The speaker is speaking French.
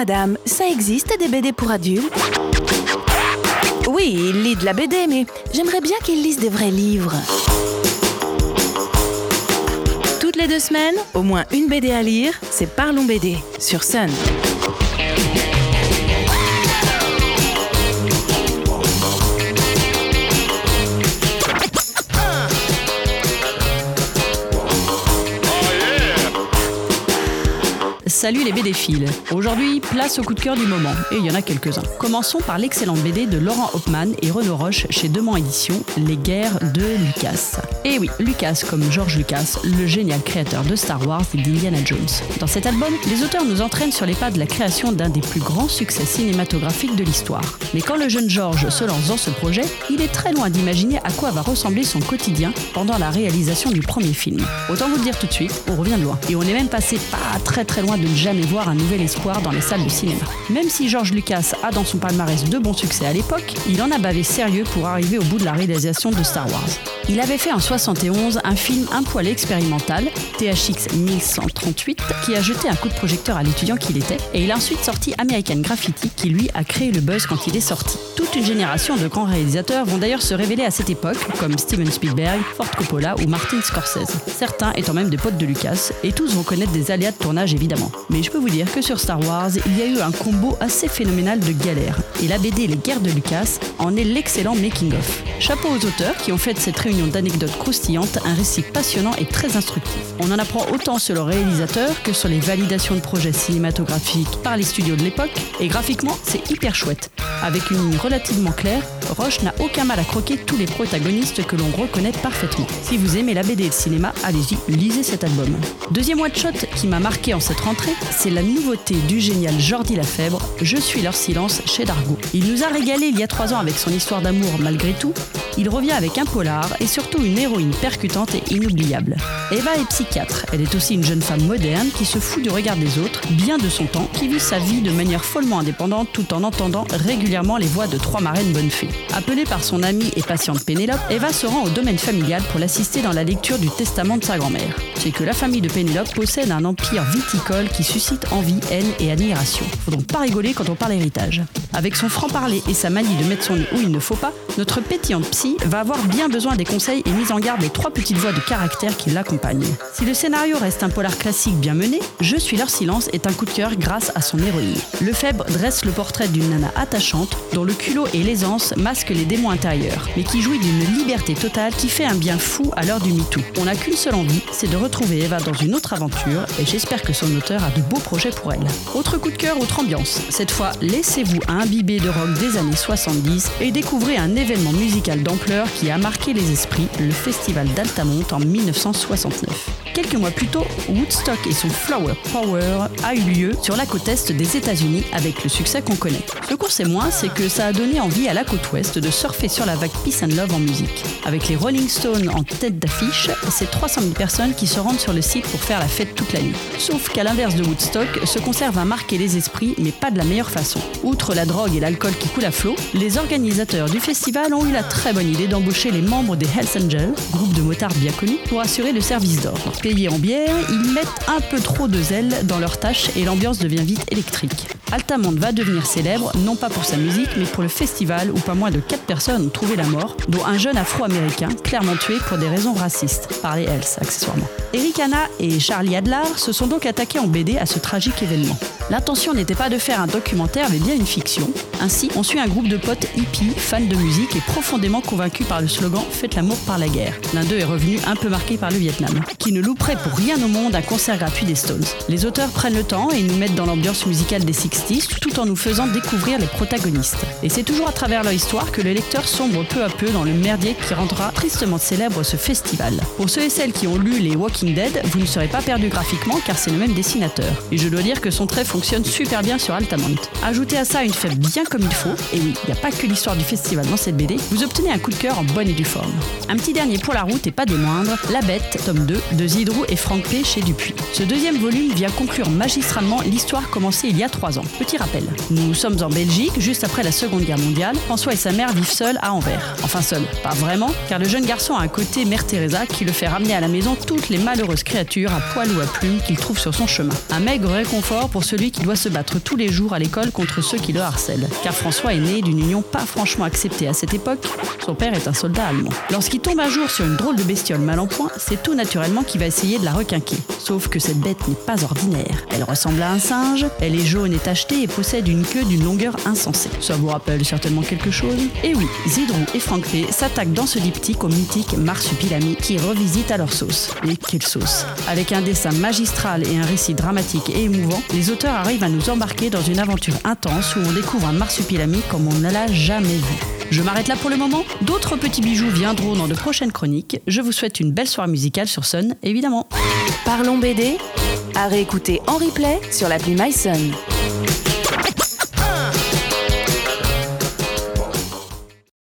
madame, ça existe des BD pour adultes ? Oui, il lit de la BD, mais j'aimerais bien qu'il lise des vrais livres. Toutes les 2 semaines, au moins une BD à lire, c'est Parlons BD, sur Sun. Salut les BD-philes. Aujourd'hui, place au coup de cœur du moment, et il y en a quelques-uns. Commençons par l'excellente BD de Laurent Hopman et Renaud Roche chez Demant Éditions, Les Guerres de Lucas. Et oui, Lucas comme George Lucas, le génial créateur de Star Wars et d'Indiana Jones. Dans cet album, les auteurs nous entraînent sur les pas de la création d'un des plus grands succès cinématographiques de l'histoire. Mais quand le jeune George se lance dans ce projet, il est très loin d'imaginer à quoi va ressembler son quotidien pendant la réalisation du premier film. Autant vous le dire tout de suite, on revient de loin. Et on est même passé pas très loin de ne jamais voir un nouvel espoir dans les salles de cinéma. Même si George Lucas a dans son palmarès de bons succès à l'époque, il en a bavé sérieux pour arriver au bout de la réalisation de Star Wars. Il avait fait en 71 un film un poil expérimental, THX 1138, qui a jeté un coup de projecteur à l'étudiant qu'il était, et il a ensuite sorti American Graffiti, qui lui a créé le buzz quand il est sorti. Toute une génération de grands réalisateurs vont d'ailleurs se révéler à cette époque, comme Steven Spielberg, Ford Coppola ou Martin Scorsese. Certains étant même des potes de Lucas, et tous vont connaître des aléas de tournage évidemment. Mais je peux vous dire que sur Star Wars, il y a eu un combo assez phénoménal de galères, et la BD Les Guerres de Lucas en est l'excellent making-of. Chapeau aux auteurs qui ont fait de cette réunion d'anecdotes croustillantes un récit passionnant et très instructif. On en apprend autant sur le réalisateur que sur les validations de projets cinématographiques par les studios de l'époque, et graphiquement, c'est hyper chouette. Avec une ligne relativement claire, Roche n'a aucun mal à croquer tous les protagonistes que l'on reconnaît parfaitement. Si vous aimez la BD et le cinéma, allez-y, lisez cet album. Deuxième one-shot qui m'a marqué en cette rentrée, c'est la nouveauté du génial Jordi Lafèbre, Je suis leur silence chez Dargaud. Il nous a régalé il y a 3 ans avec son histoire d'amour malgré tout. Il revient avec un polar et surtout une héroïne percutante et inoubliable. Eva est psychiatre. Elle est aussi une jeune femme moderne qui se fout du regard des autres, bien de son temps, qui vit sa vie de manière follement indépendante tout en entendant régulièrement les voix de 3 marraines bonnes fées. Appelée par son amie et patiente Pénélope, Eva se rend au domaine familial pour l'assister dans la lecture du testament de sa grand-mère. C'est que la famille de Pénélope possède un empire viticole qui suscite envie, haine et admiration. Faut donc pas rigoler quand on parle héritage. Avec son franc-parler et sa manie de mettre son nez où il ne faut pas, notre pétillante psy va avoir bien besoin des conseils et mises en garde des 3 petites voix de caractère qui l'accompagnent. Si le scénario reste un polar classique bien mené, Je suis leur silence est un coup de cœur grâce à son héroïne. Lefebvre dresse le portrait d'une nana attachante dont le culot et l'aisance masquent les démons intérieurs, mais qui jouit d'une liberté totale qui fait un bien fou à l'heure du MeToo. On n'a qu'une seule envie, c'est de retrouver Eva dans une autre aventure, et j'espère que son auteur a de beaux projets pour elle. Autre coup de cœur, autre ambiance. Cette fois, laissez-vous imbiber de rock des années 70 et découvrez un événement musical d'ampleur qui a marqué les esprits, le festival d'Altamont en 1969. Quelques mois plus tôt, Woodstock et son Flower Power a eu lieu sur la côte est des États-Unis avec le succès qu'on connaît. Ce qu'on sait moins, c'est que ça a donné envie à la côte ouest de surfer sur la vague Peace and Love en musique. Avec les Rolling Stones en tête d'affiche, c'est 300 000 personnes qui se rendent sur le site pour faire la fête toute la nuit. Sauf qu'à l'inverse de Woodstock, ce concert va marquer les esprits, mais pas de la meilleure façon. Outre la drogue et l'alcool qui coulent à flot, les organisateurs du festival ont eu la très bonne idée d'embaucher les membres des Hells Angels, groupe de motards bien connu, pour assurer le service d'ordre. Payés en bière, ils mettent un peu trop de zèle dans leurs tâches et l'ambiance devient vite électrique. Altamont va devenir célèbre, non pas pour sa musique, mais pour le festival où pas moins de 4 personnes ont trouvé la mort, dont un jeune afro-américain clairement tué pour des raisons racistes, par les Hells accessoirement. Eric Hanna et Charlie Adler se sont donc attaqués en BD à ce tragique événement. L'intention n'était pas de faire un documentaire, mais bien une fiction. Ainsi, on suit un groupe de potes hippies, fans de musique et profondément convaincus par le slogan « Faites l'amour par la guerre ». L'un d'eux est revenu un peu marqué par le Vietnam, qui ne louperait pour rien au monde un concert gratuit des Stones. Les auteurs prennent le temps et nous mettent dans l'ambiance musicale des 60s, tout en nous faisant découvrir les protagonistes. Et c'est toujours à travers leur histoire que le lecteur sombre peu à peu dans le merdier qui rendra tristement célèbre ce festival. Pour ceux et celles qui ont lu les Walking Dead, vous ne serez pas perdus graphiquement car c'est le même dessinateur. Et je dois dire que son trait fonctionne super bien sur Altamont. Ajoutez à ça une fête bien comme il faut, et oui, il n'y a pas que l'histoire du festival dans cette BD, vous obtenez un coup de cœur en bonne et due forme. Un petit dernier pour la route et pas des moindres, La Bête, tome 2, de Zidrou et Franck P. chez Dupuis. Ce deuxième volume vient conclure magistralement l'histoire commencée il y a 3 ans. Petit rappel, nous sommes en Belgique, juste après la Seconde Guerre mondiale. François et sa mère vivent seuls à Anvers. Enfin seuls, pas vraiment, car le jeune garçon a un côté Mère Teresa qui le fait ramener à la maison toutes les malheureuses créatures à poil ou à plumes qu'il trouve sur son chemin. Un maigre réconfort pour celui celui qui doit se battre tous les jours à l'école contre ceux qui le harcèlent. Car François est né d'une union pas franchement acceptée à cette époque. Son père est un soldat allemand. Lorsqu'il tombe un jour sur une drôle de bestiole mal en point, c'est tout naturellement qu'il va essayer de la requinquer. Sauf que cette bête n'est pas ordinaire. Elle ressemble à un singe, elle est jaune et tachetée et possède une queue d'une longueur insensée. Ça vous rappelle certainement quelque chose ? Et oui, Zidrou et Franck P s'attaquent dans ce diptyque au mythique Marsupilami qui revisite à leur sauce. Et quelle sauce ! Avec un dessin magistral et un récit dramatique et émouvant, les auteurs arrivent à nous embarquer dans une aventure intense où on découvre un Marsupilami comme on ne l'a jamais vu. Je m'arrête là pour le moment. D'autres petits bijoux viendront dans de prochaines chroniques. Je vous souhaite une belle soirée musicale sur Sun, évidemment. Parlons BD, à réécouter en replay sur l'appli MySun.